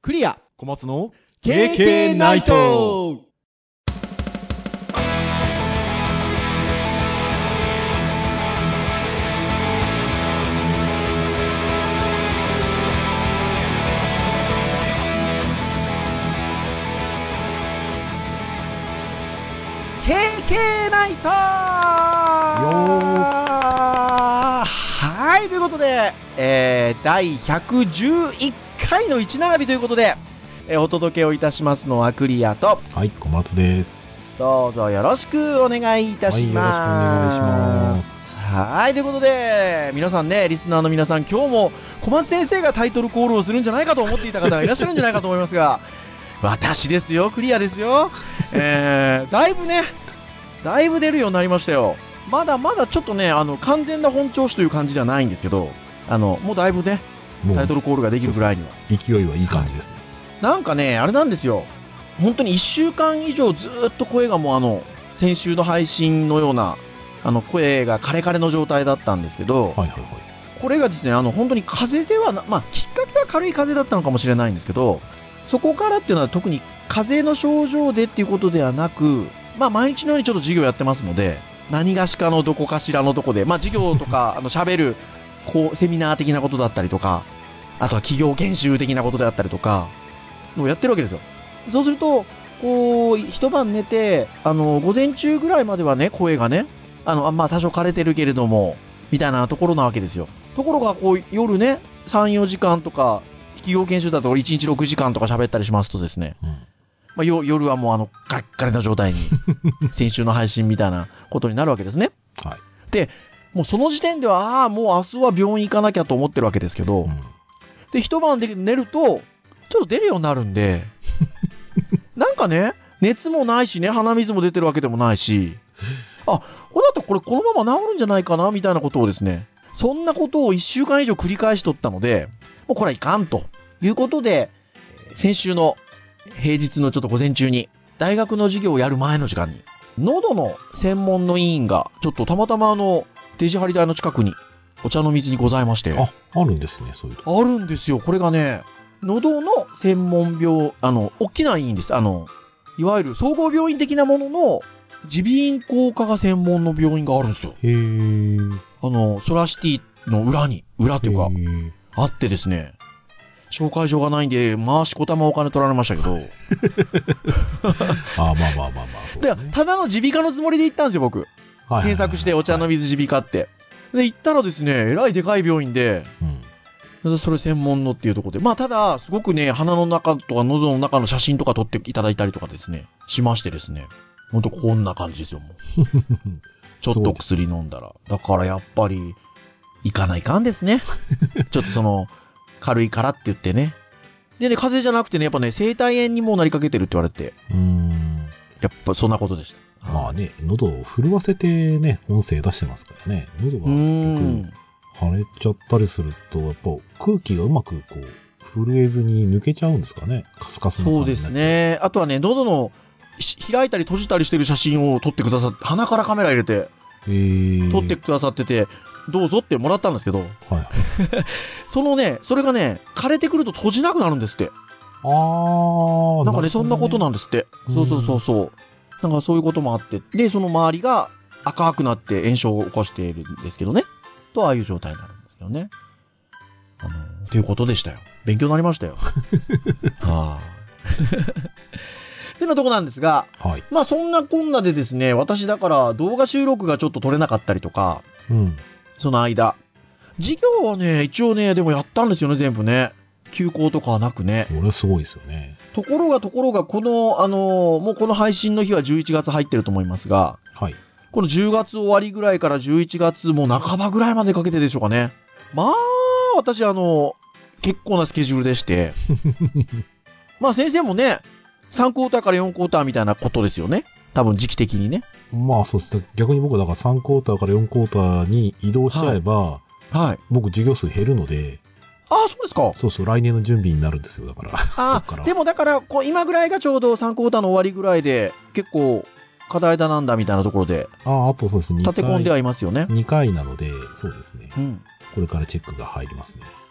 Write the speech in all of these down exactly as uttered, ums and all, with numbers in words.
クリア小松の ケーケー ナイト。 ケーケー ナイトはい、ということで、えー、だいひゃくじゅういっかいのいち並びということで、えー、お届けをいたしますのはクリアと、 はい、小松です。 どうぞよろしくお願いいたします。 はい、よろしくお願いします。 はい、ということで、皆さんね、リスナーの皆さん、今日も小松先生がタイトルコールをするんじゃないかと思っていた方がいらっしゃるんじゃないかと思いますが、私ですよ、クリアですよ。えー、だいぶね、だいぶ出るようになりましたよ。まだまだちょっとね、あの、完全な本調子という感じじゃないんですけど、あの、もうだいぶね、タイトルコールができるぐらいには。 そうそう、勢いはいい感じですね。 なんかね、あれなんですよ。本当にいっしゅうかん以上ずーっと声がもうあの、先週の配信のような、あの、声がカレカレの状態だったんですけど、 はいはいはい。 これがですね、あの、本当に風邪ではな、まあ、きっかけは軽い風邪だったのかもしれないんですけど、そこからっていうのは特に風邪の症状でっていうことではなく、まあ、毎日のようにちょっと授業やってますので、何がしかのどこかしらのとこで、まあ、授業とか、あの、喋る、こう、セミナー的なことだったりとか、あとは企業研修的なことであったりとか、のをやってるわけですよ。そうすると、こう、一晩寝て、あの、午前中ぐらいまではね、声がね、あの、まあ、多少枯れてるけれども、みたいなところなわけですよ。ところが、こう、夜ね、さん、よじかんとか、企業研修だといちにちろくじかんとか喋ったりしますとですね、うん、まあ、よ夜はもうあの、ガッガリな状態に、先週の配信みたいなことになるわけですね。 はい。 で、もうその時点では、ああ、もう明日は病院行かなきゃと思ってるわけですけど、うん、で、一晩で寝ると、ちょっと出るようになるんで、なんかね、熱もないしね、鼻水も出てるわけでもないし、あ、これだとこれこのまま治るんじゃないかな、みたいなことをですね、そんなことをいっしゅうかん以上繰り返しとったので、もうこれはいかんということで、先週の平日のちょっと午前中に、大学の授業をやる前の時間に、喉の専門の委員が、ちょっとたまたまあの、デジハリ台の近くに、お茶の水にございまして。 あ、あるんですね、そういうと。あるんですよ。これがね、喉の専門病、あの、大きな委員です。あの、いわゆる総合病院的なものの、耳鼻咽喉科が専門の病院があるんですよ。 へー。 あの、ソラシティの裏に、裏というか、あってですね、紹介状がないんで、回しこたまお金取られましたけど。 あ、まあまあまあまあ、そうですね。 で、ただの耳鼻科のつもりで行ったんですよ、僕。はいはいはいはい、検索してお茶の水耳鼻科って。で、行ったらですね、えらいでかい病院で、うん、それ専門のっていうところで。まあ、ただ、すごくね、鼻の中とか喉の中の写真とか撮っていただいたりとかですね、しましてですね。ほんとこんな感じですよ、もう。ちょっと薬飲んだら。だからやっぱり、行かないかんですね。ちょっとその、軽いからって言ってね。でね、風邪じゃなくてね、やっぱね、声帯炎にもなりかけてるって言われて。 うーん。 やっぱそんなことでした。 まあね、喉を震わせてね、音声出してますからね。喉が結局、腫れちゃったりすると、やっぱ空気がうまくこう、震えずに抜けちゃうんですかね。カスカスの感じになって。 そうですね。あとはね、喉の開いたり閉じたりしてる写真を撮ってくださって、鼻からカメラ入れて、 えー、 撮ってくださってて、どうぞってもらったんですけど、はい、そのね、それがね、枯れてくると閉じなくなるんですって。 あー。 なんかね、そんなことなんですって。そうそうそうそう。なんかそういうこともあって、で、その周りが赤くなって炎症を起こしているんですけどね。と、ああいう状態になるんですけどね。あの、ということでしたよ。勉強になりましたよ。はあ。ってなとこなんですが、はい、まあそんなこんなでですね、私だから動画収録がちょっと撮れなかったりとか、うん、その間。授業はね、一応ね、でもやったんですよね、全部ね。休校とかはなくね。 これすごいですよね。 ところがところが、この、あのー、もうこの配信の日はじゅういちがつ入ってると思いますが、はい。このじゅうがつ終わりぐらいからじゅういちがつも半ばぐらいまでかけてでしょうかね。まあ、私あの、結構なスケジュールでして。まあ先生もね、さんクォーターからよんクォーターみたいなことですよね。多分時期的にね。 まあそうですね。逆に僕はだからさんクォーターからよんクォーターに移動しちゃえば、はい。はい、僕授業数減るので。 ああ、そうですか。 そうそう、来年の準備になるんですよ、だから。 ああ、でもだから、こう今ぐらいがちょうどさんクォーターの終わりぐらいで、結構、課題だなんだみたいなところで。 ああ、あとそうですね。 立て込んではいますよね。 にかいなので、そうですね。 うん。 これからチェックが入りますね。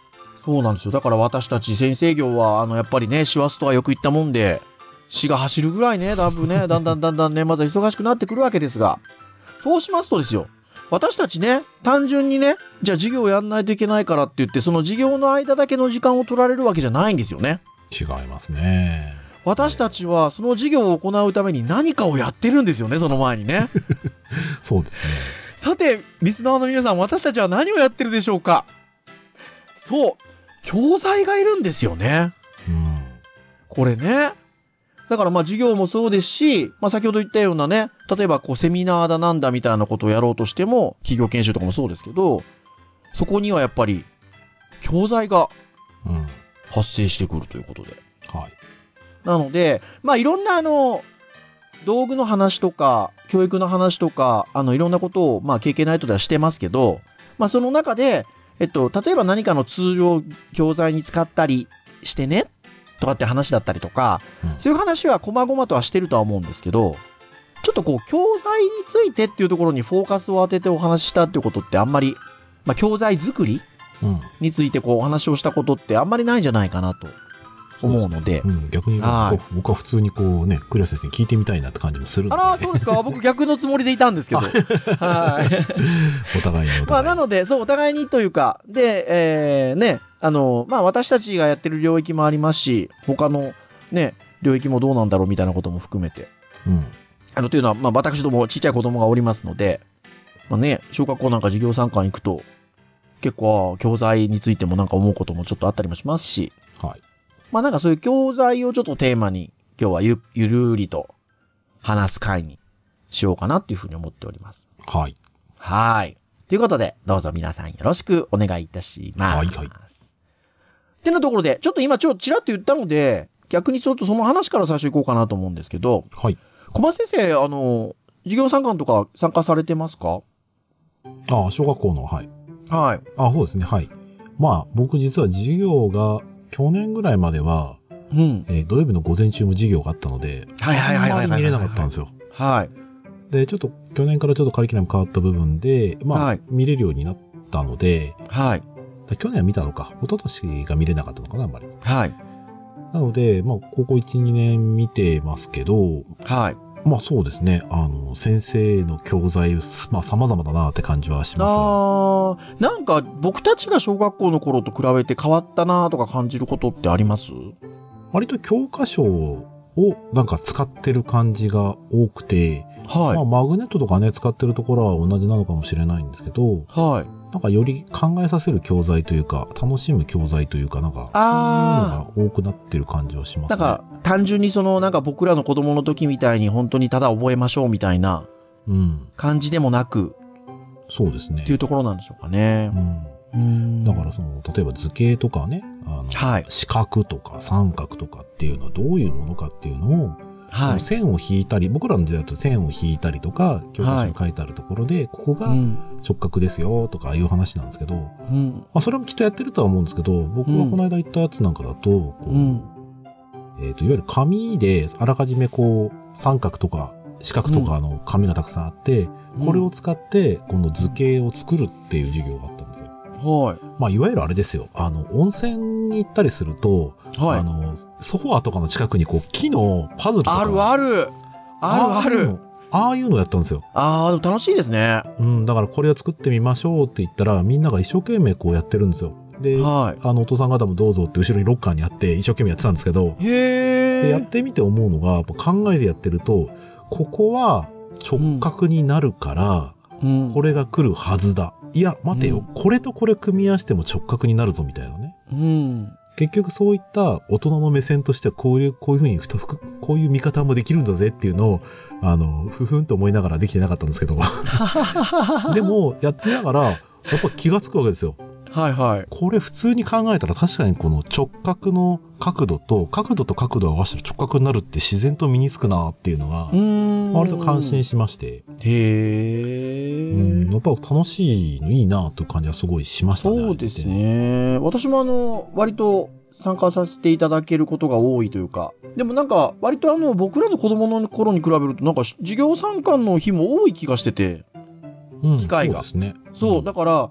そうなんですよ。だから私たち先生業は、あの、やっぱりね、師走とはよく言ったもんで、死が走るぐらいね、だぶね、だんだんだんだんね、まず忙しくなってくるわけですが、そうしますとですよ、私たちね、単純にね、じゃあ授業をやんないといけないからって言って、その授業の間だけの時間を取られるわけじゃないんですよね。 違いますね。 私たちはその授業を行うために何かをやってるんですよね、その前にね。 そうですね。 さて、リスナーの皆さん、私たちは何をやってるでしょうか？そう、教材がいるんですよね。 うん。 これね。だからまあ授業もそうですし、まあ先ほど言ったようなね、例えばこうセミナーだなんだみたいなことをやろうとしても、企業研修とかもそうですけど、そこにはやっぱり教材がうん。 発生してくるということで。 はい。 なので、まあいろんなあの、道具の話とか、教育の話とか、あのいろんなことをまあ経験ナイトではしてますけど、まあその中で、えっと、例えば何かの通常教材に使ったりしてね、とかって話だったりとか、 うんそういう話は細々とはしてるとは思うんですけど、ちょっとこう、教材についてっていうところにフォーカスを当ててお話ししたっていうことってあんまり、まあ教材作りうん。 についてこうお話をしたことってあんまりないんじゃないかなと思うので。 うん。逆に僕ははい僕は普通にこうね、クリア先生に聞いてみたいなって感じもするので。 あら、そうですか。僕逆のつもりでいたんですけど。はい。 お互いにお互いに。 まあ、なので、そう、お互いにというか、で、えー、ね、あの、まあ、私たちがやってる領域もありますし、他のね、領域もどうなんだろうみたいなことも含めて。 うん。 あの、というのは、まあ、私どもちっちゃい子供がおりますので、まあね、小学校なんか授業参観行くと、結構、教材についてもなんか思うこともちょっとあったりもしますし、 はい。 まあなんかそういう教材をちょっとテーマに、今日はゆ、ゆるりと話す会にしようかなっていうふうに思っております。 はい。 はい。ということで、どうぞ皆さんよろしくお願いいたします。 はいはいってなところで、ちょっと今ちょっとちらっと言ったので、逆にちょっとその話から最初行こうかなと思うんですけど、 はい。 小松先生、あの、授業参観とか参加されてますか？ ああ、小学校の、はい。 はい。 ああ、そうですね、はい。まあ、僕実は授業が、去年ぐらいまでは、 うん。 えー土曜日の午前中も授業があったので、 はいはいはいはいはいはいあんまり見れなかったんですよ。 はい。 で、ちょっと去年からちょっとカリキュラム変わった部分で、まあ、 はい見れるようになったので、 はい。 だ去年は見たのか、一昨年が見れなかったのかな、あんまり。 はい。 なので、まあ、ここいち、にねん見てますけど、 はい。 まあそうですね、あの、先生の教材、まあ様々だなって感じはしますね。 あー、なんか僕たちが小学校の頃と比べて変わったなとか感じることってあります？ 割と教科書をなんか使ってる感じが多くて、 はい。 まあマグネットとかね、使ってるところは同じなのかもしれないんですけど、 はい。 なんかより考えさせる教材というか、楽しむ教材というか、なんか、 あそういうのが多くなってる感じはしますね。 なんか単純にそのなんか僕らの子供の時みたいに本当にただ覚えましょうみたいなうん。 感じでもなくそうですね。 っていうところなんでしょうかねう。ん。 うーん。 だからその、例えば図形とかね、あの、 はい四角とか三角とかっていうのはどういうものかっていうのを、 はい。 線を引いたり、僕らの時代だと線を引いたりとか、教科書に書いてあるところで、ここがうん。 直角ですよとかいう話なんですけど、まうん。 あそれもきっとやってるとは思うんですけど、僕がこの間言ったやつなんかだと、こううん。 えっと、いわゆる紙であらかじめこう、三角とか四角とかの紙がたくさんあって、これを使って、この図形を作るっていう授業があったんですよ。 はい。 まあ、いわゆるあれですよ。あの、温泉に行ったりすると、 はい。 あの、ソファーとかの近くにこう、木のパズルとか。 あるある。あるある。 ああいうのやったんですよ。 ああ、でも楽しいですね。 うん、だからこれを作ってみましょうって言ったら、みんなが一生懸命こうやってるんですよ。で、 はい。 あの、お父さん方もどうぞって後ろにロッカーにあって、一生懸命やってたんですけど、 へえ。 でやってみて思うのが、やっぱ考えてやってると、ここは直角になるから、 うん、 これが来るはずだ。いや、待てよ、 うんこれとこれ組み合わせても直角になるぞみたいなね。 うん。 結局そういった大人の目線としてはこういう、こういうふうにふたふく、こういう見方もできるんだぜっていうのを、あの、ふふんと思いながらできてなかったんですけど。でも、やってみながら、やっぱ気がつくわけですよ。 はいはい。 これ普通に考えたら確かにこの直角の角度と、角度と角度を合わせたら直角になるって自然と身につくなっていうのが、割と感心しまして。 へー。 うん、やっぱ楽しいのいいなという感じはすごいしましたね。 そうですね。私もあの、割と参加させていただけることが多いというか、でもなんか、割とあの、僕らの子供の頃に比べると、なんか、授業参観の日も多い気がしてて、 うん、 機会がそうですね。 そう、 んだから、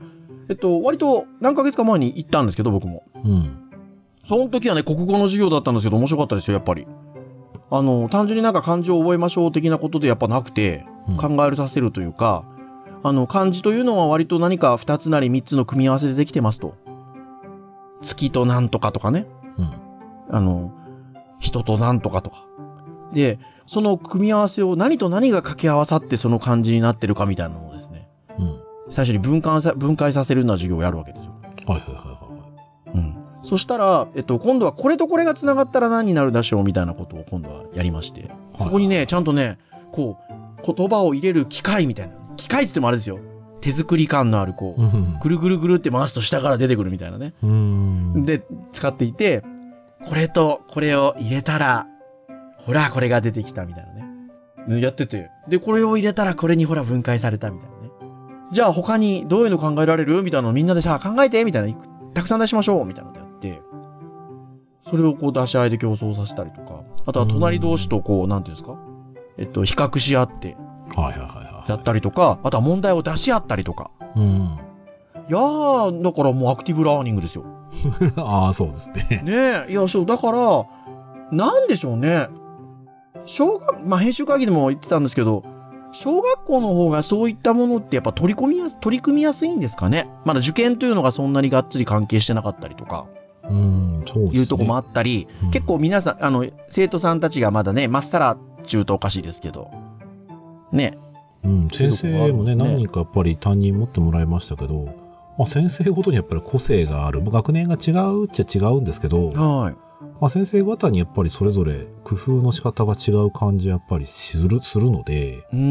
えっと、割と何ヶ月か前に行ったんですけど、僕も。 うん。 その時はね、国語の授業だったんですけど、面白かったですよ、やっぱり。あの、単純になんか漢字を覚えましょう的なことでやっぱなくて、 うん、 考えさせるというか、あの、漢字というのは割と何か二つなり三つの組み合わせでできてますと。月となんとかとかね。 うん。 あの、人となんとかとか。で、その組み合わせを何と何が掛け合わさってその漢字になってるかみたいなのをですね。 うん。 最初に分解さ、分解させるような授業をやるわけですよ。 はいはいはいはい。 うん。そしたら、えっと、今度はこれとこれが繋がったら何になるでしょうみたいなことを今度はやりまして。そこにね、ちゃんとね、こう、言葉を入れる機械みたいな。機械って言ってもあれですよ。手作り感のある、こう、 うん、 ぐるぐるぐるって回すと下から出てくるみたいなね。 うん。 で、使っていて、これとこれを入れたら、ほら、これが出てきたみたいなね。やってて。で、これを入れたらこれにほら分解されたみたいなね。じゃあ他にどういうの考えられるみたいなのをみんなでさ、考えてみたいな。たくさん出しましょうみたいなのでやって、それをこう出し合いで競争させたりとか、あとは隣同士とこう、なんていうんですか、えっと、比較し合って、 はいはいはいはい。 やったりとか、あとは問題を出し合ったりとか。 うん。 いやー、だからもうアクティブラーニングですよ。 ああ、そうですね。 ねえ、いや、そう、だから、なんでしょうね。小学、まあ、編集会議でも言ってたんですけど、小学校の方がそういったものってやっぱ取り込みやす、取り組みやすいんですかね。まだ受験というのがそんなにがっつり関係してなかったりとか、 うん、そうですね。 いうとこもあったり、 うん、 結構皆さん、あの、生徒さんたちがまだね、まっさら中とおかしいですけど、ね。 うん、先生もね、 ね何人かやっぱり担任持ってもらいましたけど、まあ、先生ごとにやっぱり個性がある。学年が違うっちゃ違うんですけど、 はい。 まあ、先生方にやっぱりそれぞれ工夫の仕方が違う感じやっぱりする、するので、 うん。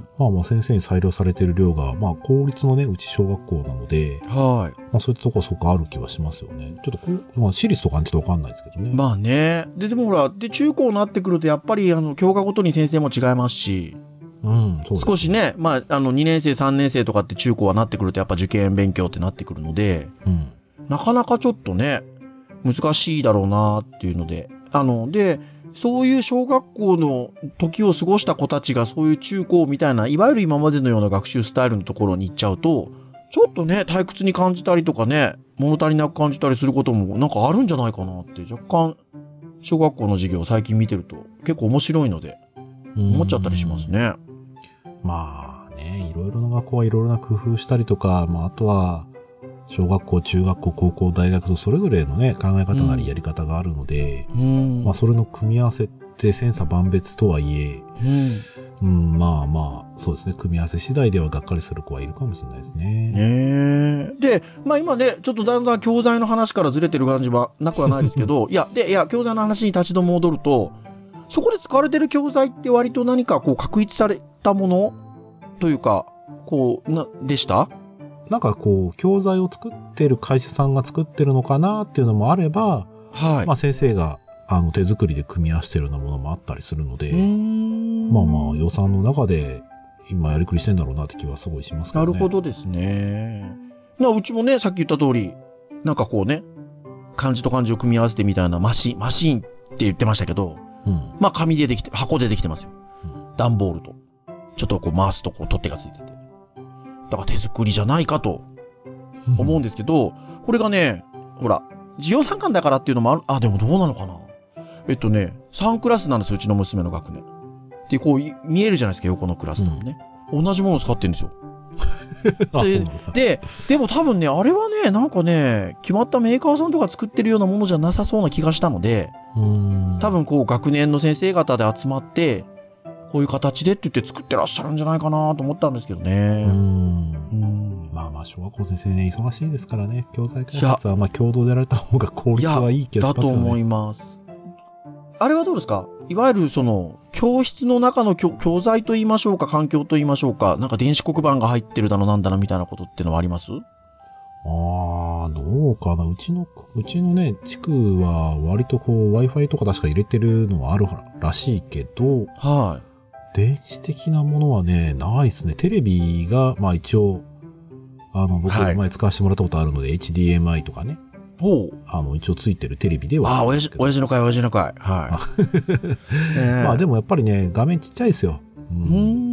まあまあ先生に裁量されている量が、まあ公立のね、うち小学校なので、 はい。 まあそういったところはそこある気はしますよね。ちょっとこう、まあ私立とかはちょっとわかんないですけどね。 まあね。で、でもほら、で、中高になってくるとやっぱり、あの、教科ごとに先生も違いますし、 うん、そうですね。 少しね、まあ、あの、にねん生、さんねん生とかって中高はなってくるとやっぱ受験勉強ってなってくるので、 うん。 なかなかちょっとね、難しいだろうなっていうので、あの、で、そういう小学校の時を過ごした子たちがそういう中高みたいな、いわゆる今までのような学習スタイルのところに行っちゃうと、ちょっとね、退屈に感じたりとかね、物足りなく感じたりすることもなんかあるんじゃないかなって、若干、小学校の授業を最近見てると結構面白いので、思っちゃったりしますね。 まあね、いろいろな学校はいろいろな工夫したりとか、まああとは、小学校、中学校、高校、大学とそれぞれのね、考え方なりやり方があるので、 うん、 まあそれの組み合わせって千差万別とはいえ、うん、うん、まあまあ、そうですね、組み合わせ次第ではがっかりする子はいるかもしれないですね。 ねえ。で、まあ今ね、ちょっとだんだん教材の話からずれてる感じはなくはないですけど、いや、で、いや、教材の話に立ち止戻ると、そこで使われてる教材って割と何かこう確立されたものというか、こう、な、でした？ なんかこう、教材を作ってる会社さんが作ってるのかなっていうのもあれば、 はい。 まあ先生があの手作りで組み合わせてるようなものもあったりするので、 うーんまあまあ予算の中で今やりくりしてんだろうなって気はすごいしますけどね。 なるほどですね。なうちもね、さっき言った通り、なんかこうね、漢字と漢字を組み合わせてみたいなマシン、マシンって言ってましたけど、 うん。 まあ紙でできて、箱でできてますよ。 うん段ボールと。ちょっとこう回すとこう取っ手がついてて。だから手作りじゃないかと思うんですけど、これがね、ほら、授業参観だからっていうのもある、あ、でもどうなのかな。えっとね、さんクラスなんですよ、うちの娘の学年。で、こう、見えるじゃないですか、横のクラスともね。うん、同じものを使ってるんですよ。 あで, で、でも多分ね、あれはね、なんかね、決まったメーカーさんとか作ってるようなものじゃなさそうな気がしたので、 うーん多分こう、学年の先生方で集まって、こういう形でって言って作ってらっしゃるんじゃないかなと思ったんですけどね。 うーんうんまあまあ、小学校先生ね、忙しいですからね。教材開発はまあ共同でやられた方が効率はいい気がしますよね。 だと思います。あれはどうですか？いわゆるその、教室の中の教、教材と言いましょうか、環境と言いましょうか、なんか電子黒板が入ってるだのなんだのみたいなことってのはあります？ ああ、どうかな。うちの、うちのね、地区は割とこう Wi-Fi とか確か入れてるのはあるらしいけど、 はい。 電子的なものはね、ないですね。テレビが、まあ一応、あの、僕はい前使わせてもらったことあるので、エイチディーエムアイ とかね、 ほう。 あの、一応ついてるテレビではああ、 るん親父、 ですけど。 親父の会、親父の会。はい。 まあでもやっぱりね、画面ちっちゃいですよ。ううーん。 うん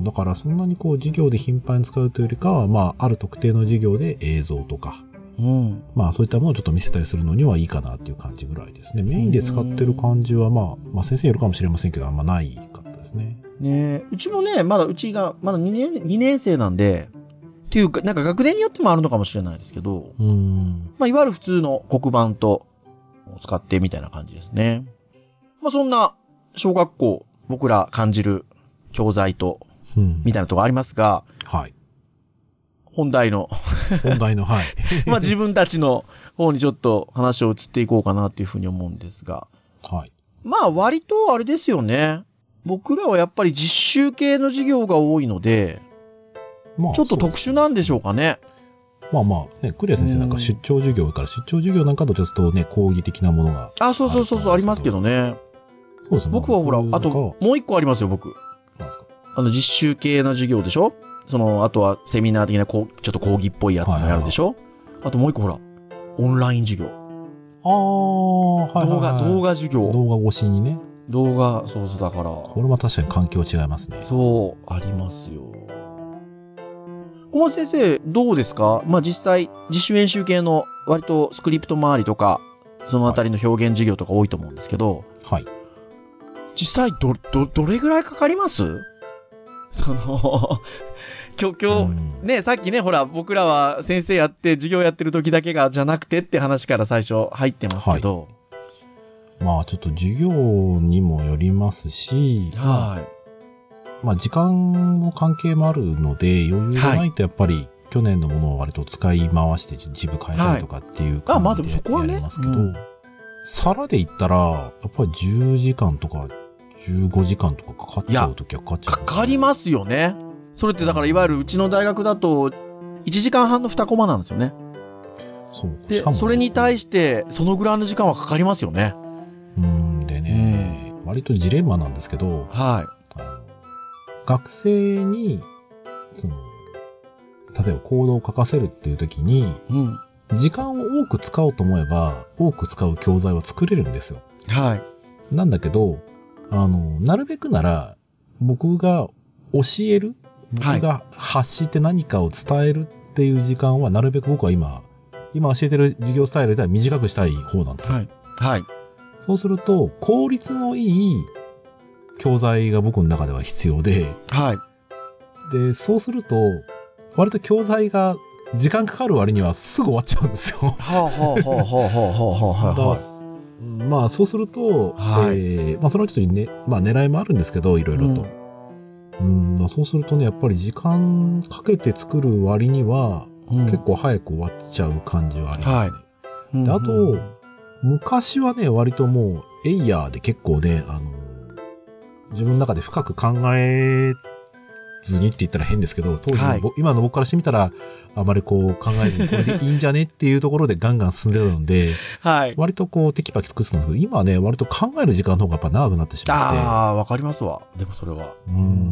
だからそんなにこう授業で頻繁に使うというよりかは、まあ、ある特定の授業で映像とか、 うん。 まあそういったものをちょっと見せたりするのにはいいかなっていう感じぐらいですね。メインで使ってる感じは、まあ、まあ先生によるかもしれませんけど、あんまないかったですね。 ねえ、うちもね、まだうちが、まだにねん、にねん生なんで、っていうか、なんか学年によってもあるのかもしれないですけど、 うーん。 まあいわゆる普通の黒板と使ってみたいな感じですね。まあそんな、小学校、僕ら感じる教材と、 うん、 みたいなとこありますが、 はい。 本題の本題の、はい。 まあ自分たちの方にちょっと話を移っていこうかなというふうに思うんですが。 はい。 まあ割とあれですよね。僕らはやっぱり実習系の授業が多いので、 まあ、 ちょっと特殊なんでしょうかね。 まあまあ、ね、クリア先生なんか出張授業から、出張授業なんかとちょっとね、講義的なものが。 あ、そうそうそうそう、ありますけどね。 そうですね。 僕はほら、あと、もう一個ありますよ、僕。 なんですか？ あの、実習系の授業でしょ？その、あとはセミナー的な、こう、ちょっと講義っぽいやつもやるでしょ？あともう一個ほら、オンライン授業。 ああ、はいはい、はい。 動画、動画授業。 動画越しにね。 動画、そうそうだから。 これも確かに環境違いますね。 そう、ありますよ。小松先生、どうですか？まあ実際、自主演習系の割とスクリプト周りとか、そのあたりの表現授業とか多いと思うんですけど、 はい。 実際、ど、ど、どれぐらいかかります？その、今日、今日、ね、さっきね、ほら、僕らは先生やって、授業やってる時だけが、じゃなくてって話から最初入ってますけど。 はい、まあ、ちょっと授業にもよりますし、 はい。 まあ、時間の関係もあるので、余裕がないとやっぱり、去年のものを割と使い回して自分変えたりとかっていう感じでやりますけど、皿で言ったら、やっぱりじゅうじかんとかじゅうごじかんとかかかっちゃうときはかかっちゃう、 ね。かかりますよね。それってだからいわゆるうちの大学だといちじかんはんのにコマなんですよね。 そう。 で、それに対してそのぐらいの時間はかかりますよね。 うんでね、うん、割とジレンマなんですけど、 はい。 あの学生に、その、例えばコードを書かせるっていう時に、うん、時間を多く使おうと思えば、多く使う教材は作れるんですよ。 はい。 なんだけど、あの、なるべくなら、僕が教える、僕が発して何かを伝えるっていう時間は、なるべく僕は今、今教えてる授業スタイルでは短くしたい方なんですよ。 はい。はい。 そうすると、効率のいい教材が僕の中では必要で、 はい。 で、そうすると、割と教材が時間かかる割にはすぐ終わっちゃうんですよ。 はあはあはあはあはあはあはあ。 まあ、そうすると、はい、えー、まあ、それはちょっとね、まあ、狙いもあるんですけど、いろいろと。うん、うん、そうするとね、やっぱり時間かけて作る割には、うん、結構早く終わっちゃう感じはありますね。はい、であと、うんうん、昔はね、割ともう、エイヤーで結構ね、あの、自分の中で深く考えずにって言ったら変ですけど、当時の、はい、今の僕からしてみたら、あまりこう考えずにこれでいいんじゃねっていうところでガンガン進んでるので、はい、割とこうテキパキ作ってたんですけど、今はね、割と考える時間の方がやっぱ長くなってしまって。 ああ、わかりますわ。でもそれは。 うん、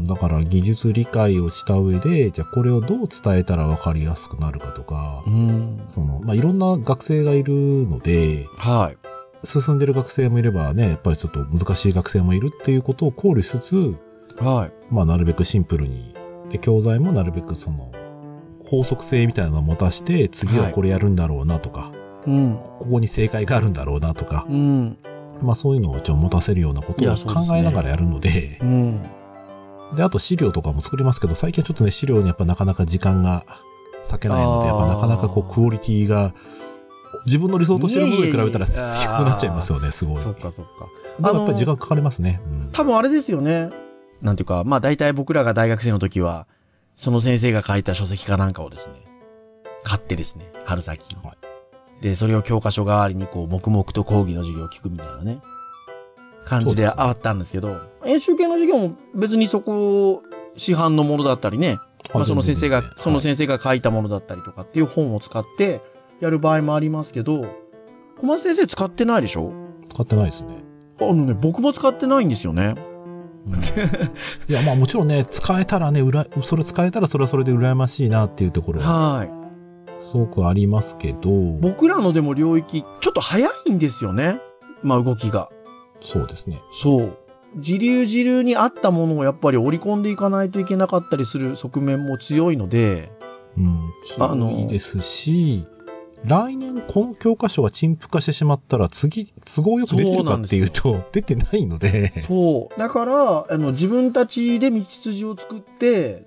だから技術理解をした上で、じゃあこれをどう伝えたらわかりやすくなるかとか、うん、その、まあ、いろんな学生がいるので、はい。進んでる学生もいればね、やっぱりちょっと難しい学生もいるっていうことを考慮しつつ、はい。まあ、なるべくシンプルに、で、教材もなるべくその、法則性みたいなのを持たして、次はこれやるんだろうなとか、はい、うん、ここに正解があるんだろうなとか、うん、まあそういうのを一応持たせるようなことを考えながらやるので、で、うん、で、あと資料とかも作りますけど、最近はちょっとね、資料にやっぱなかなか時間が割けないので、やっぱなかなかこう、クオリティが、自分の理想としてるものに比べたら低くなっちゃいますよね、すごい。 そっかそっか。 だからやっぱり時間かかりますね。うん、 多分あれですよね。なんていうか、まあ大体僕らが大学生の時は、その先生が書いた書籍かなんかをですね、買ってですね、春先に。はい、で、それを教科書代わりにこう、黙々と講義の授業を聞くみたいなね、感じであったんですけど、演習系の授業も別にそこ、市販のものだったりね、まあその先生が、その先生が書いたものだったりとかっていう本を使ってやる場合もありますけど、小松先生使ってないでしょ？ 使ってないですね。 あのね、僕も使ってないんですよね。 うん、いや、まあもちろんね、使えたらね、うら、それ使えたらそれはそれで羨ましいなっていうところは、はい。すごくありますけど。 僕らのでも領域、ちょっと早いんですよね。まあ動きが。 そうですね。 そう。 時流時流に合ったものをやっぱり織り込んでいかないといけなかったりする側面も強いので、 うん、強いですし、来年この教科書が陳腐化してしまったら次、都合よく出てるかっていうと、出てないので。 そう。だから、あの、自分たちで道筋を作って、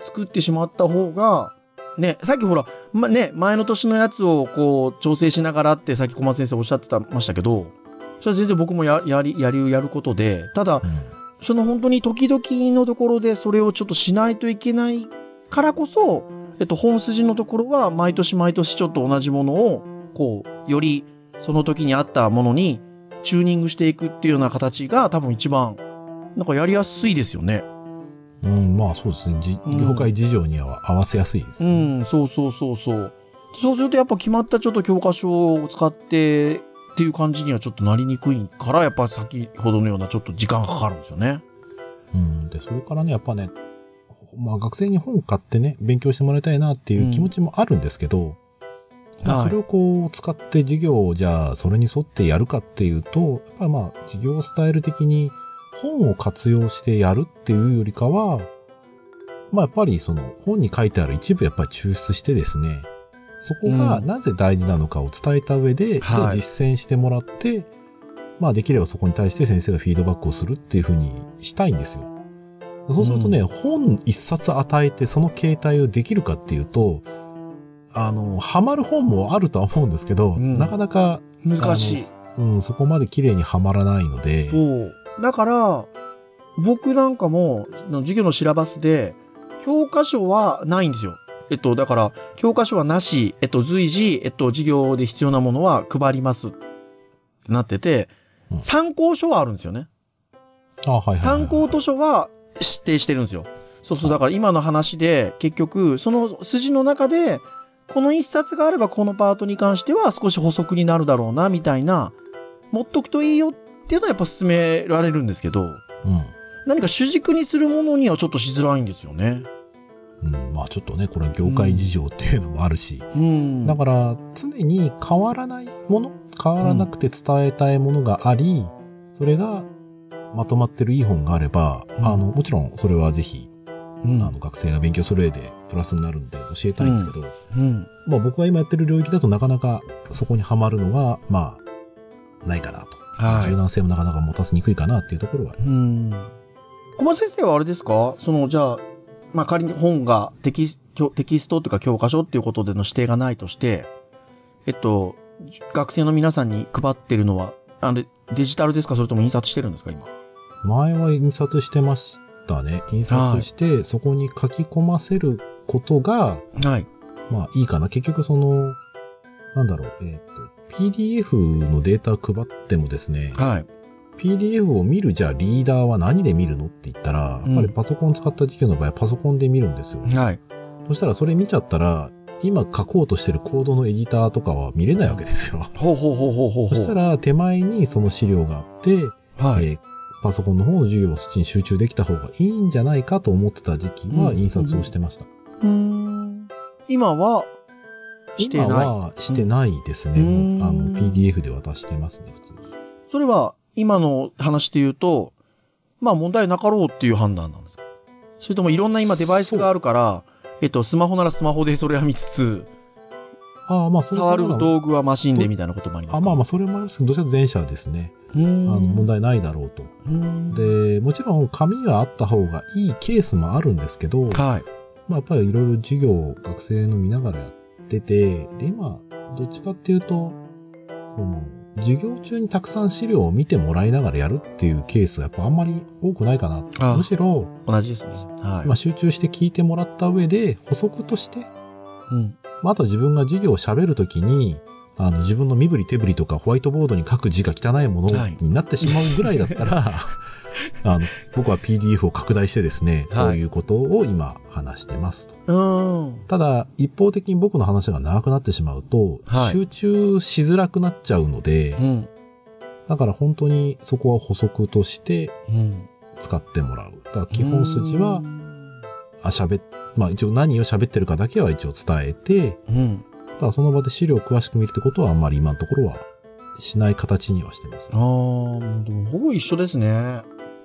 作ってしまった方が、ね、さっきほら、ま、ね、前の年のやつをこう、調整しながらってさっき小松先生おっしゃってたましたけど、それは全然僕もや、やり、やり、やることで、ただ、うん、その本当に時々のところでそれをちょっとしないといけないからこそ、えっと、本筋のところは毎年毎年ちょっと同じものを、こう、よりその時に合ったものにチューニングしていくっていうような形が多分一番、なんかやりやすいですよね。 うん、まあそうですね。業界事情には合わせやすいですね。 うん、そうそうそうそう。そうするとやっぱ決まったちょっと教科書を使ってっていう感じにはちょっとなりにくいから、やっぱ先ほどのようなちょっと時間がかかるんですよね。 うん、で、それからね、やっぱね、まあ学生に本買ってね、勉強してもらいたいなっていう気持ちもあるんですけど、うん、まあ、それをこう使って授業をじゃあそれに沿ってやるかっていうと、やっぱりまあ授業スタイル的に本を活用してやるっていうよりかは、まあやっぱりその本に書いてある一部やっぱり抽出してですね、そこがなぜ大事なのかを伝えた上で、うん、で実践してもらって、はい、まあできればそこに対して先生がフィードバックをするっていうふうにしたいんですよ。そうするとね、うん、本一冊与えてその形態をできるかっていうと、あの、ハマる本もあるとは思うんですけど、うん、なかなか難しい。 うん、そこまで綺麗にはまらないので。 そう。だから、僕なんかも、授業のシラバスで、教科書はないんですよ。えっと、だから、教科書はなし、えっと、随時、えっと、授業で必要なものは配りますってなってて、うん、参考書はあるんですよね。 あ、はいはいはいはい、 参考図書は指定してるんですよ。そうそう、だから今の話で、結局、その筋の中で、この一冊があればこのパートに関しては少し補足になるだろうな、みたいな、持っとくといいよっていうのはやっぱ勧められるんですけど、うん、何か主軸にするものにはちょっとしづらいんですよね。 うん、まあちょっとね、これは業界事情っていうのもあるし、うん、だから常に変わらないもの、変わらなくて伝えたいものがあり、うん、それがまとまってるいい本があれば、うん、あの、もちろんそれはぜひ、うん、あの学生が勉強する上でプラスになるんで教えたいんですけど、うんうん、まあ僕が今やってる領域だとなかなかそこにはまるのが、まあ、ないかなと。はい、柔軟性もなかなか持たせにくいかなっていうところはあります。うん、 小松先生はあれですか、その、じゃあ、まあ仮に本がテキ、テキストというか教科書っていうことでの指定がないとして、えっと、学生の皆さんに配ってるのは、あれ、デジタルですか、それとも印刷してるんですか、今。 前は印刷してましたね。印刷して、はい、そこに書き込ませることが、はい。まあいいかな。結局その、なんだろう、えっと、ピーディーエフ のデータを配ってもですね、はい。ピーディーエフ を見るじゃあリーダーは何で見るのって言ったら、うん、やっぱりパソコン使った授業の場合はパソコンで見るんですよ。はい。そしたらそれ見ちゃったら、今書こうとしてるコードのエディターとかは見れないわけですよ。 ほうほうほうほうほう。 そしたら手前にその資料があって、はい。えー、パソコンの方の授業をそっちに集中できた方がいいんじゃないかと思ってた時期は印刷をしてました。 うん。うん、今はしてない。 今はしてないですね。もうあの ピーディーエフ で渡してますね、普通に。 それは今の話で言うと、まあ問題なかろうっていう判断なんですか？それともいろんな今デバイスがあるから、えっと、スマホならスマホでそれは見つつ、 ああ、まあそれ触る道具はマシンでみたいなこともありますか？ あ、まあまあそれもありますけど、どちらかと前者ですね。あの問題ないだろうと。で、もちろん紙があった方がいいケースもあるんですけど、はい。まあやっぱりいろいろ授業を学生の見ながらやってて、で、今、どっちかっていうと、その、授業中にたくさん資料を見てもらいながらやるっていうケースがやっぱあんまり多くないかな。ああ、むしろ、 同じですね。はい。 まあ集中して聞いてもらった上で、補足として、うん。まああとは自分が授業を喋るときに、あの自分の身振り手振りとかホワイトボードに書く字が汚いものになってしまうぐらいだったら、はい、あの僕は ピーディーエフ を拡大してですね、はい、こういうことを今話してますと。うん、ただ一方的に僕の話が長くなってしまうと、はい、集中しづらくなっちゃうので、うん、だから本当にそこは補足として使ってもらう。だから基本筋は、あ、喋っ、まあ一応何を喋ってるかだけは一応伝えて、うんただその場で資料を詳しく見るってことはあんまり今のところはしない形にはしてます、ね。 ああ、でもほぼ一緒ですね。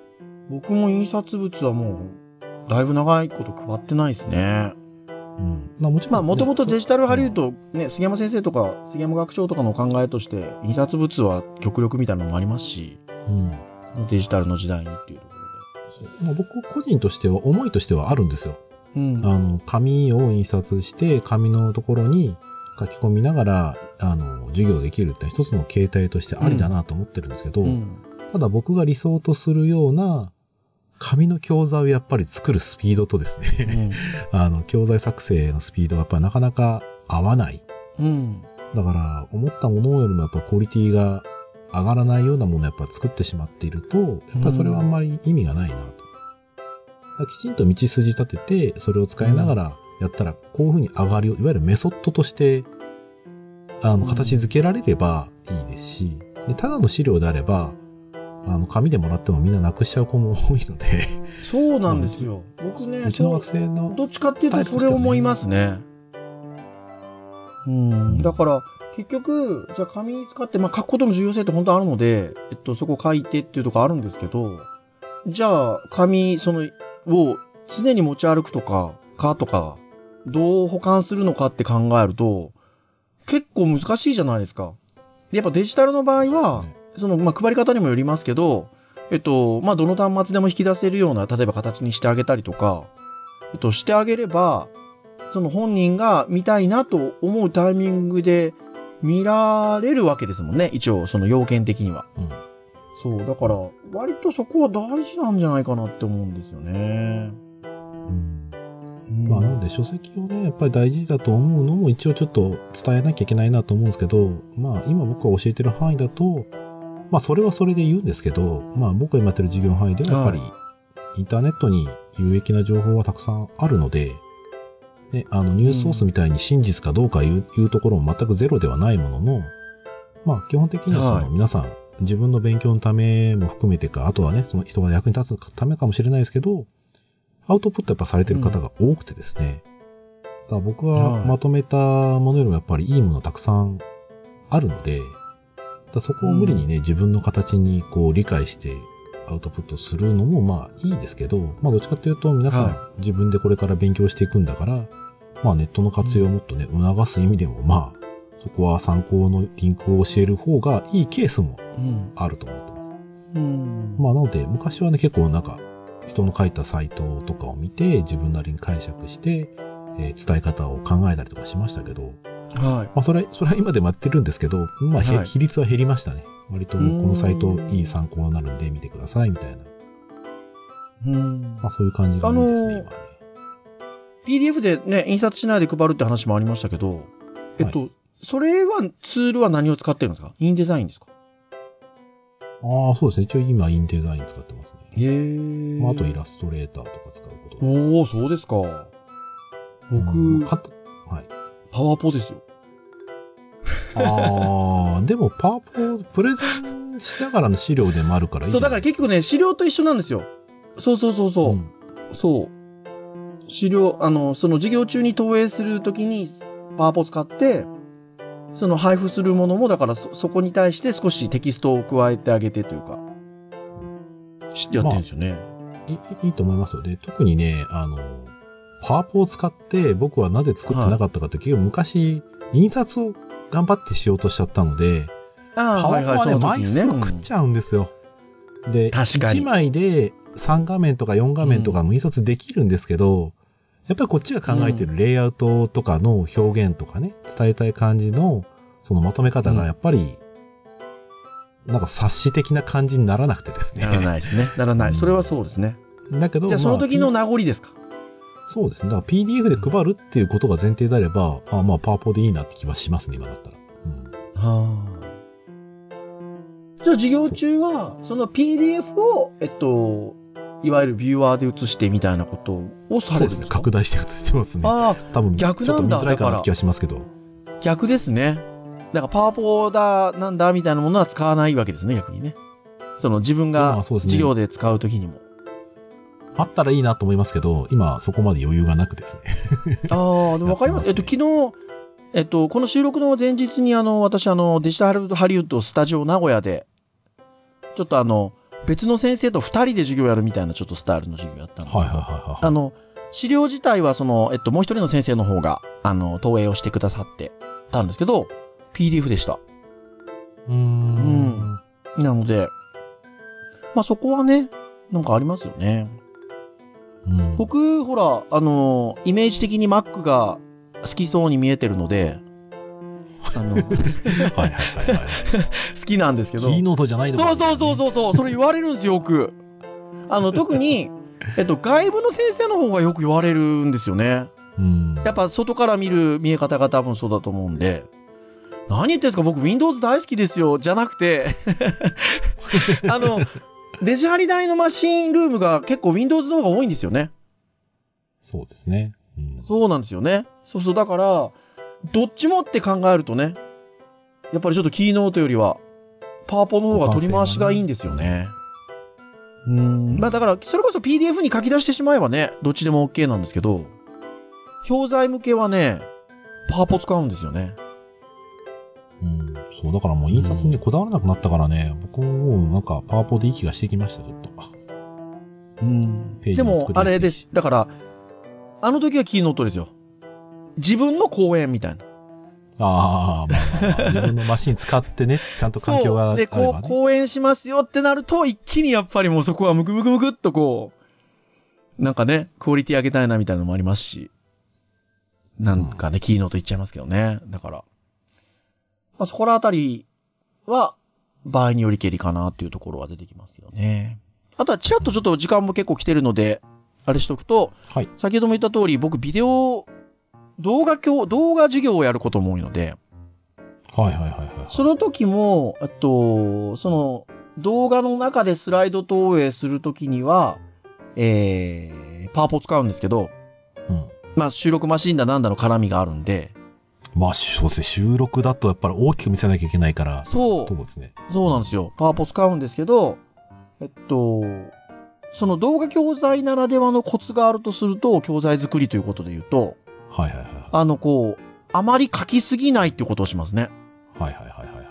僕も印刷物はもう、だいぶ長いこと配ってないですね。 うん。まあもちろん、ね、 まあ、もともとデジタルハリウッド、ね、杉山先生とか、杉山学長とかの考えとして、印刷物は極力みたいなのもありますし、うん。デジタルの時代にっていうところで。 まあ、僕個人としては、思いとしてはあるんですよ。うん。あの、紙を印刷して、紙のところに書き込みながら、あの、授業できるって一つの形態としてありだなと思ってるんですけど、うんうん、ただ僕が理想とするような、紙の教材をやっぱり作るスピードとですね、うん、あの、教材作成のスピードがやっぱりなかなか合わない。うん、だから、思ったものよりもやっぱクオリティが上がらないようなものをやっぱ作ってしまっていると、やっぱりそれはあんまり意味がないなと。うん、きちんと道筋立てて、それを使いながらやったら、こういうふうに上がりを、いわゆるメソッドとして、あの、形付けられればいいですし、でただの資料であれば、あの、紙でもらってもみんななくしちゃう子も多いので。 そうなんですよ。僕ね、 うちの学生の。 どっちかっていうとそれ思いますね。うん。だから、結局、じゃあ紙使って、まあ書くことの重要性って本当あるので、えっと、そこ書いてっていうとこあるんですけど、じゃあ、紙、その、を常に持ち歩くとか、かとか、どう保管するのかって考えると、結構難しいじゃないですか。でやっぱデジタルの場合は、うんその、まあ、配り方にもよりますけど、えっと、まあ、どの端末でも引き出せるような、例えば形にしてあげたりとか、えっと、してあげれば、その本人が見たいなと思うタイミングで見られるわけですもんね。一応、その要件的には。うん、そう、だから、割とそこは大事なんじゃないかなって思うんですよね。 うん、まあ、なので書籍をね、やっぱり大事だと思うのも一応ちょっと伝えなきゃいけないなと思うんですけど、まあ、今僕が教えてる範囲だと、まあそれはそれで言うんですけど、まあ僕が今やってる授業範囲ではやっぱりインターネットに有益な情報はたくさんあるので、ね、あのニュースソースみたいに真実かどうかいう、いうところも全くゼロではないものの、まあ基本的にはその皆さん自分の勉強のためも含めてか、あとはね、その人が役に立つためかもしれないですけど、アウトプットやっぱされてる方が多くてですね、だから僕はまとめたものよりもやっぱりいいものたくさんあるので、だそこを無理にね、うん、自分の形にこう理解してアウトプットするのもまあいいですけど、まあどっちかというと皆さん自分でこれから勉強していくんだから、はい、まあネットの活用をもっとね、促す意味でもまあ、そこは参考のリンクを教える方がいいケースもあると思ってます。うん、まあなので昔はね、結構なんか人の書いたサイトとかを見て自分なりに解釈して、えー、伝え方を考えたりとかしましたけど、はい。まあ、それ、それは今でもやってるんですけど、まあ、はい、比率は減りましたね。割と、このサイトいい参考になるんで見てください、みたいな。うん。まあ、そういう感じがいいですね、今ね。 ピーディーエフ でね、印刷しないで配るって話もありましたけど、えっと、はい、それは、ツールは何を使ってるんですか？インデザインですか？ ああ、そうですね。一応今、インデザイン使ってますね。へー。まあ、あとイラストレーターとか使うこと。 おー、そうですか。僕、かはい。パワポですよ。 ああ、でもパワポ、プレゼンしながらの資料でもあるからいい。 そう、だから結局ね、資料と一緒なんですよ。そうそうそうそう。うん、そう。資料、あの、その授業中に投影するときにパワポ使って、その配布するものも、だからそ、そこに対して少しテキストを加えてあげてというか、知ってやってるんですよね。 まあ、いい、いいと思いますよ。で、特にね、あの、パワポを使って僕はなぜ作ってなかったかって、結局昔、印刷を頑張ってしようとしちゃったので、 あパワポはね、枚数食っちゃうんですよ。で、 確かにいちまいでさん画面とかよん画面とかの印刷できるんですけど、うん、やっぱりこっちが考えてるレイアウトとかの表現とかね、伝えたい感じのそのまとめ方がやっぱり、なんか冊子的な感じにならなくてですね。 ならないですね。ならない。それはそうですね。 だけど、 じゃあその時の名残ですか？ そうですね。だから ピーディーエフ で配るっていうことが前提であれば、あまあパワポでいいなって気はしますね、今だったら。うん、はあ。じゃあ授業中は、その ピーディーエフ を、えっと、いわゆるビューワーで映してみたいなことをされるんですか？そうですね。 拡大して映してますね。ああ、多分逆なんだ。ちょっと見づらいかなって気がしますけど。 逆ですね。だからパワポだ、なんだみたいなものは使わないわけですね、逆にね。その自分が授業で使うときにも。 あったらいいなと思いますけど、今そこまで余裕がなくですね。 ああ、でもわかります。えっと、昨日、えっと、この収録の前日にあの、私あの、デジタルハリウッドスタジオ名古屋で、ちょっとあの、 別の先生とふたりで授業やるみたいなちょっとスタイルの授業やったんですけど、 はいはいはいはい。 あの、資料自体はその、えっと、もう一人の先生の方が、あの、投影をしてくださってたんですけど、ピーディーエフ でした。 うーん。 なので、まあそこはね、なんかありますよね。 うん、 僕、ほら、あの、イメージ的に Mac が好きそうに見えてるので、あの、はいはいはいはいはい。 好きなんですけど。 キーノートじゃないのか、 そうそうそうそうそう、それ言われるんですよ、よく。あの、特に、えっと、外部の先生の方がよく言われるんですよね。 うん。 やっぱ外から見る見え方が多分そうだと思うんで、何言ってんすか、僕 Windows 大好きですよ、じゃなくて、あの、デジハリ大のマシーンルームが結構 Windows の方が多いんですよね。 そうですね。うん、 そうなんですよね。そうそう、だから、どっちもって考えるとね、やっぱりちょっとキーノートよりは、パワポの方が取り回しがいいんですよね。うん。まあだから、それこそ ピーディーエフ に書き出してしまえばね、どっちでも OK なんですけど、教材向けはね、パワポ使うんですよね。 うん。そう、だからもう印刷にこだわらなくなったからね、僕ももうなんかパワポで息がしてきました、ちょっと。 うん。でも、あれです。だから、あの時はキーノートですよ。自分の講演みたいな。 ああ、まあまあまあ、自分のマシン使ってね、ちゃんと環境があれば、ね。 で、こう、講演しますよってなると、一気にやっぱりもうそこはムクムクムクっとこう、なんかね、クオリティ上げたいなみたいなのもありますし、なんかね、うん、キーノート言っちゃいますけどね。だから、まあ、そこらあたりは、場合によりけりかなっていうところは出てきますよね。あとは、ちらっとちょっと時間も結構来てるので、あれしとくと、 はい、 先ほども言った通り、僕、ビデオ、動画教、動画授業をやることも多いので、 はいはいはいはい。 その時も、えっと、その、動画の中でスライド投影するときには、えー、パワポ使うんですけど、うん、まあ収録マシンだなんだの絡みがあるんで、 まあそうですね、収録だとやっぱり大きく見せなきゃいけないから、 そう、 そうですね。 そうなんですよ。パワポ使うんですけど、えっと、その動画教材ならではのコツがあるとすると、教材作りということで言うと、 はいはいはい。 あの、こう、あまり書きすぎないっていうことをしますね。 はいはいはいはいはい。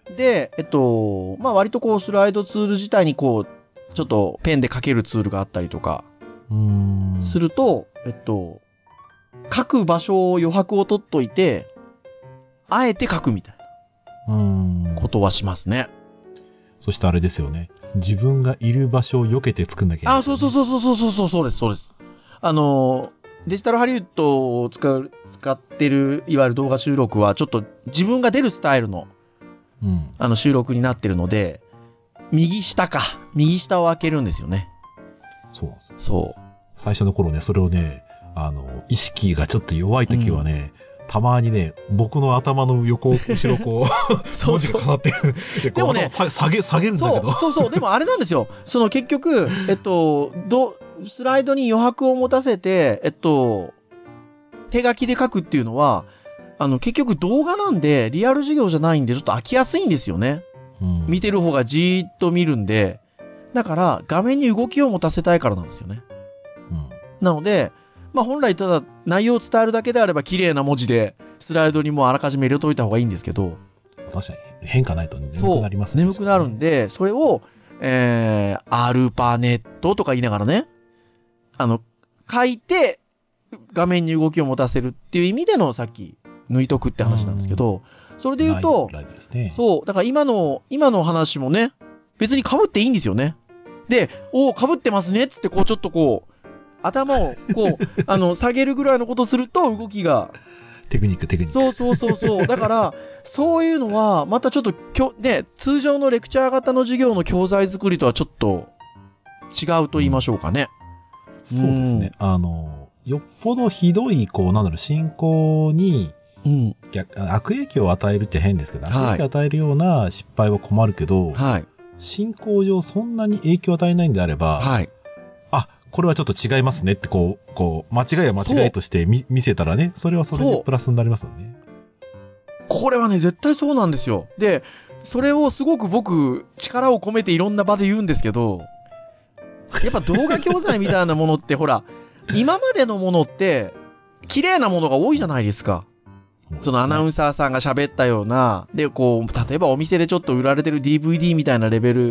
で、えっと、まあ割とこう、スライドツール自体にこう、ちょっとペンで書けるツールがあったりとか、 うーんすると、えっと、書く場所を余白を取っといて、あえて書くみたいなことはしますね。 そしてあれですよね。自分がいる場所を避けて作んなきゃいけない、ね。 あ、そうそうそうそうそうそうそうです、そうです。あの、デジタルハリウッドを使う、使ってる、いわゆる動画収録は、ちょっと自分が出るスタイルの、うん、あの収録になってるので、右下か。右下を開けるんですよね。 そうなんですよ。 そう。 最初の頃ね、それをね、あの、意識がちょっと弱い時はね、うん、たまにね、僕の頭の横、後ろこう、文字がかなってる。で, でもね、下げ、下げるんだけど。 そうそうそう。でもあれなんですよ。その結局、えっと、ど、スライドに余白を持たせて、えっと、手書きで書くっていうのは、あの、結局動画なんで、リアル授業じゃないんで、ちょっと飽きやすいんですよね。うん、見てる方がじーっと見るんで、だから画面に動きを持たせたいからなんですよね。うん、なので、まあ本来ただ内容を伝えるだけであれば綺麗な文字でスライドにもうあらかじめ入れといた方がいいんですけど。 確かに変化ないと眠くなりますね。 眠くなるんで、それを、えー、アルパネットとか言いながらね、あの、書いて画面に動きを持たせるっていう意味でのさっき抜いとくって話なんですけど、それで言うと、 ライブですね、 そう、だから今の、今の話もね、別に被っていいんですよね。で、おー、被ってますねっつってこうちょっとこう、頭をこう、あの、下げるぐらいのことすると動きが。 テクニック、テクニック。 そうそうそうそう。だから、そういうのは、またちょっときょ、ね、通常のレクチャー型の授業の教材作りとはちょっと違うと言いましょうかね。 うん、そうですね。あの、よっぽどひどい、こう、なんだろう、進行に、うん、逆悪影響を与えるって変ですけど、悪影響を与えるような失敗は困るけど、はい、進行上そんなに影響を与えないんであれば、はい、あ、これはちょっと違いますねってこう、こう、間違いは間違いとして見せたらね、それはそれでプラスになりますよね。 これはね、絶対そうなんですよ。で、それをすごく僕、力を込めていろんな場で言うんですけど、やっぱ動画教材みたいなものってほら、今までのものって、綺麗なものが多いじゃないですか。そのアナウンサーさんが喋ったような、で、こう、例えばお店でちょっと売られてる ディーブイディー みたいなレベル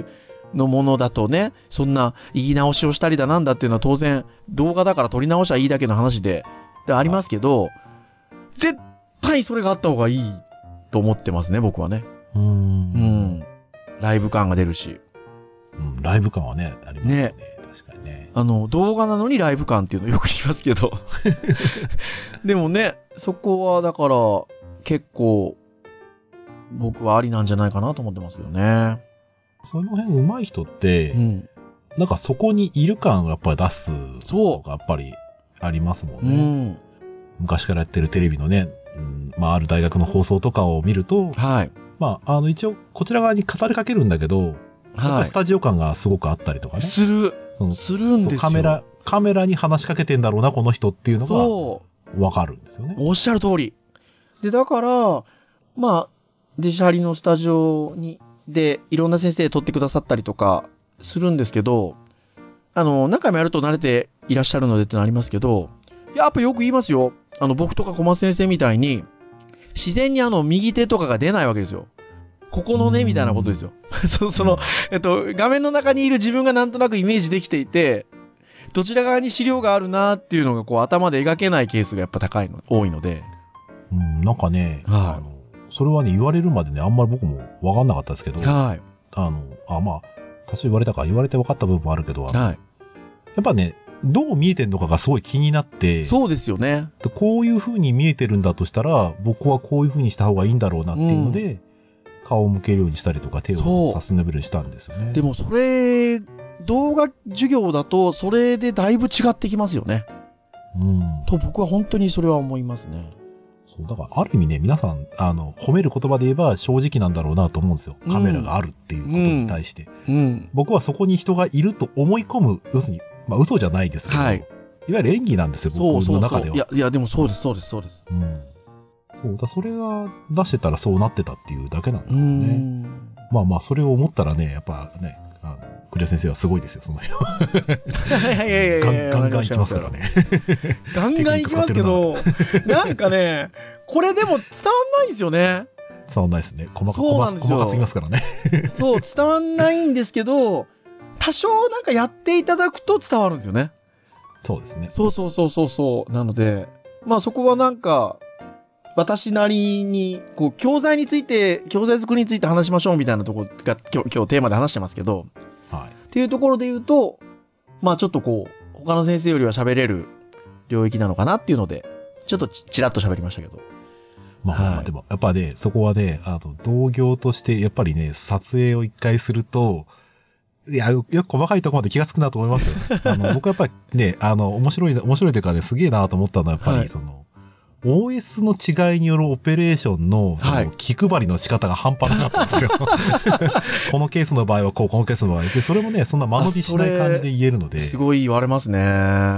のものだとね、そんな言い直しをしたりだなんだっていうのは当然動画だから撮り直しはいいだけの話で、でありますけど、絶対それがあった方がいいと思ってますね、僕はね。 うーん。 うん。ライブ感が出るし。 うん、ライブ感はね、ありますよね。ね、確かにね。 あの、動画なのにライブ感っていうのよく言いますけど。でもね、そこはだから結構僕はありなんじゃないかなと思ってますよね。 その辺上手い人って、うん、なんかそこにいる感をやっぱり出すのがやっぱりありますもんね。うん、昔からやってるテレビのね、うん、まあある大学の放送とかを見ると、はい、まああの一応こちら側に語りかけるんだけど、はい、やっぱりスタジオ感がすごくあったりとかね。 する。そのするんですよ。 カメラ、カメラに話しかけてんだろうな、この人っていうのがわかるんですよね。 おっしゃる通り。で、だから、まあ、デジハリのスタジオに、で、いろんな先生撮ってくださったりとかするんですけど、あの、何回もやると慣れていらっしゃるのでってのありますけど、やっぱよく言いますよ。あの、僕とか小松先生みたいに、自然にあの、右手とかが出ないわけですよ。ここのね、みたいなことですよ。そ, その、えっと、画面の中にいる自分がなんとなくイメージできていて、どちら側に資料があるなっていうのがこう頭で描けないケースがやっぱ高いの、多いので。 うん、なんかね、はい、あの、それはね、言われるまでね、あんまり僕も分かんなかったですけど、はい。あの、あ、まあ、多少言われたか、言われて分かった部分もあるけど、はい。やっぱね、どう見えてるのかがすごい気になって、 そうですよね。 こういう風に見えてるんだとしたら、僕はこういう風にした方がいいんだろうなっていうので、うん、顔を向けるようにしたりとか、手を差すレベルにしたんですよね。 でもそれ、動画授業だと、それでだいぶ違ってきますよね。うん。と僕は本当にそれは思いますね。 そう、だからある意味ね、皆さん、あの、褒める言葉で言えば正直なんだろうなと思うんですよ。カメラがあるっていうことに対して。うんうん、僕はそこに人がいると思い込む、要するに、まあ嘘じゃないですけど、はい、いわゆる演技なんですよ、僕の中では。 いや、いや、でもそうです、そうです、そうです。うん。 そうだ、それが出してたらそうなってたっていうだけなんですけどね。まあまあ、それを思ったらね、やっぱね、あの、クリア先生はすごいですよ、その辺は。 いやいやいやいやガンガン行きますからね。 ガンガン行きますけど、なんかね、これでも伝わんないんですよね。 伝わんないですね。細か、細細かすぎますからね。 そう、伝わんないんですけど、多少なんかやっていただくと伝わるんですよね。 そうですね。 そうそうそうそうそう。なので、まあそこはなんか、私なりに、こう、教材について、教材作りについて話しましょうみたいなところが今日、今日テーマで話してますけど、はい。っていうところで言うと、まあちょっとこう、他の先生よりは喋れる領域なのかなっていうので、ちょっとちらっと喋りましたけど。 まあ、はい、でも、やっぱね、そこはね、あの、同業として、やっぱりね、撮影を一回すると、いや、よく細かいところまで気がつくなと思いますよ。あの、僕はやっぱりね、あの、面白い、面白いというかね、すげえなと思ったのは、やっぱり、はい、その、オーエス の違いによるオペレーションの、その、気配りの仕方が半端なかったんですよ。このケースの場合はこう、このケースの場合は。で、それもね、そんな間延びしない感じで言えるので。 すごい言われますね、うん。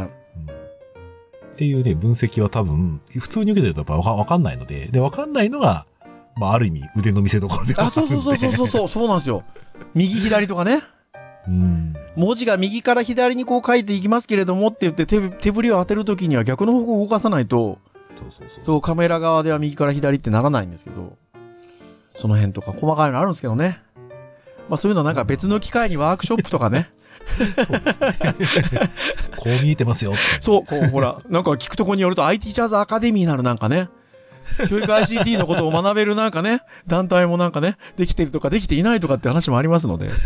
っていうね、分析は多分、普通に受けてるとやっぱわかんないので、で、わかんないのが、まあ、ある意味、腕の見せ所ではあるんで。 あ、そうそうそうそうそう、そうなんですよ。右左とかね。うん、文字が右から左にこう書いていきますけれどもって言って手、手振りを当てるときには逆の方向を動かさないと、そうそうそう。そう、カメラ側では右から左ってならないんですけど、その辺とか細かいのあるんですけどね。まあそういうのなんか別の機会にワークショップとかね。 そうですね。こう見えてますよ。 そう、こうほら、なんか聞くとこによると アイティー チャーズアカデミーなるなんかね。教育 アイシーティー のことを学べるなんかね、団体もなんかね、できてるとかできていないとかって話もありますので。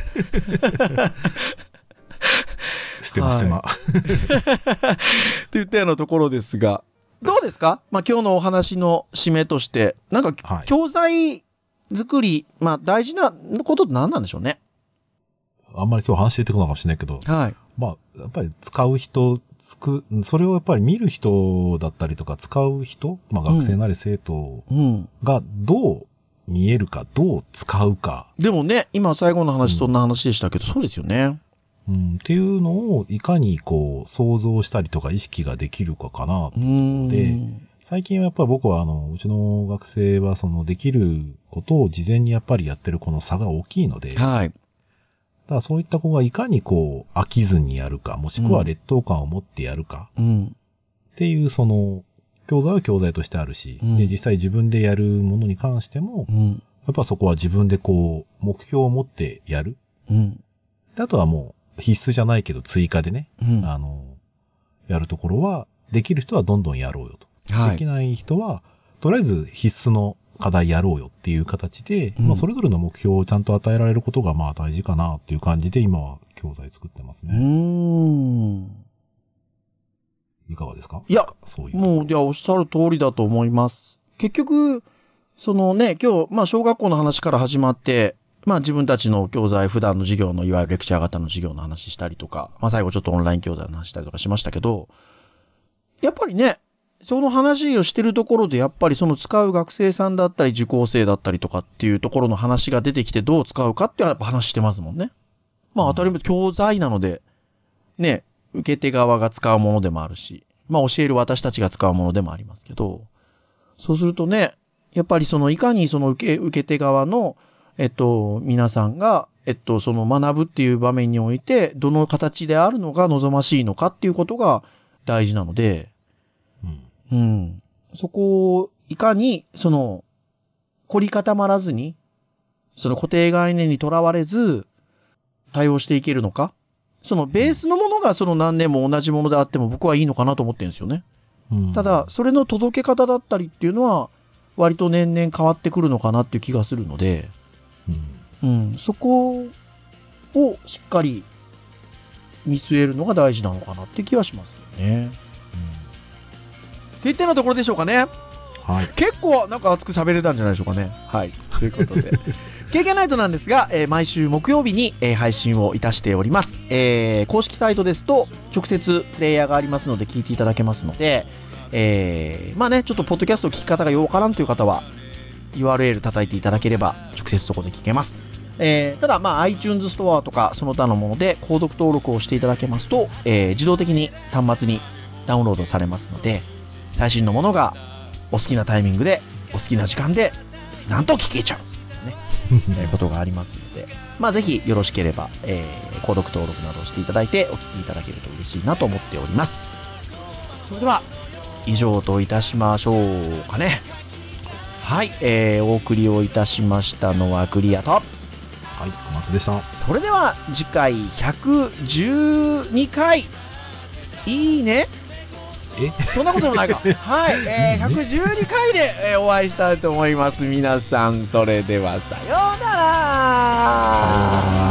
してます、してま。 っていったようなところですが、どうですか？まあ今日のお話の締めとして、なんか、はい、教材作り、まあ大事なことって何なんでしょうね。 あんまり今日話しててこないかもしれないけど、はい。まあ、やっぱり使う人、つく、それをやっぱり見る人だったりとか使う人、まあ学生なり生徒がどう見えるか、どう使うか。 でもね、今最後の話そんな話でしたけど、うん、そうですよね。 うん、っていうのをいかにこう想像したりとか意識ができるかかなっていうことで、最近はやっぱり僕はあの、うちの学生はそのできることを事前にやっぱりやってるこの差が大きいので、はい。だからそういった子がいかにこう飽きずにやるか、もしくは劣等感を持ってやるか、うん、っていうその、教材は教材としてあるし、うん、で、実際自分でやるものに関しても、うん、やっぱそこは自分でこう、目標を持ってやる。うん、 であとはもう必須じゃないけど追加でね、 うん、 あの、やるところは、できる人はどんどんやろうよと。はい、できない人は、とりあえず必須の課題やろうよっていう形で、うん、まあそれぞれの目標をちゃんと与えられることがまあ大事かなっていう感じで今は教材作ってますね。 うーん。 いかがですか？ いや、 そういう。 もう、いや、おっしゃる通りだと思います。結局、そのね、今日、まあ小学校の話から始まって、まあ自分たちの教材、普段の授業のいわゆるレクチャー型の授業の話したりとか、まあ最後ちょっとオンライン教材の話したりとかしましたけど、やっぱりね、その話をしてるところでやっぱりその使う学生さんだったり受講生だったりとかっていうところの話が出てきてどう使うかってやっぱ話してますもんね。まあ当たり前教材なので、ね、受け手側が使うものでもあるし、まあ教える私たちが使うものでもありますけど、そうするとね、やっぱりそのいかにその受け、受け手側のえっと、皆さんが、えっと、その学ぶっていう場面において、どの形であるのが望ましいのかっていうことが大事なので、うん。うん。そこを、いかに、その、凝り固まらずに、その固定概念にとらわれず、対応していけるのか。そのベースのものがその何年も同じものであっても僕はいいのかなと思ってるんですよね。うん、ただ、それの届け方だったりっていうのは、割と年々変わってくるのかなっていう気がするので、うんうん、そこをしっかり見据えるのが大事なのかなって気はしますよね。うん、っていったようなところでしょうかね。 はい。 結構なんか熱く喋れたんじゃないでしょうかね。はい。ということで。経験ナイトなんですが、えー、毎週木曜日に、えー、配信をいたしております。えー、公式サイトですと直接プレイヤーがありますので聞いていただけますので、えー、まあね、ちょっとポッドキャスト聞き方がようわからんという方は、ユーアールエル 叩いていただければ直接そこで聞けます。えー、ただまあ iTunes ストアとかその他のもので購読登録をしていただけますと、えー、自動的に端末にダウンロードされますので、最新のものがお好きなタイミングでお好きな時間でなんと聞けちゃうねえー、ことがありますので、まあぜひよろしければ、えー、購読登録などをしていただいてお聞きいただけると嬉しいなと思っております。それでは以上といたしましょうかね。はい、えー、お送りをいたしましたのはクリアと、はい、 小松でした。 それでは次回ひゃくじゅうにかい、いいね。 えそんなこともないか。はい、えー、ひゃくじゅうにかいで、えー、お会いしたいと思います。皆さん、それではさようなら。 さようなら。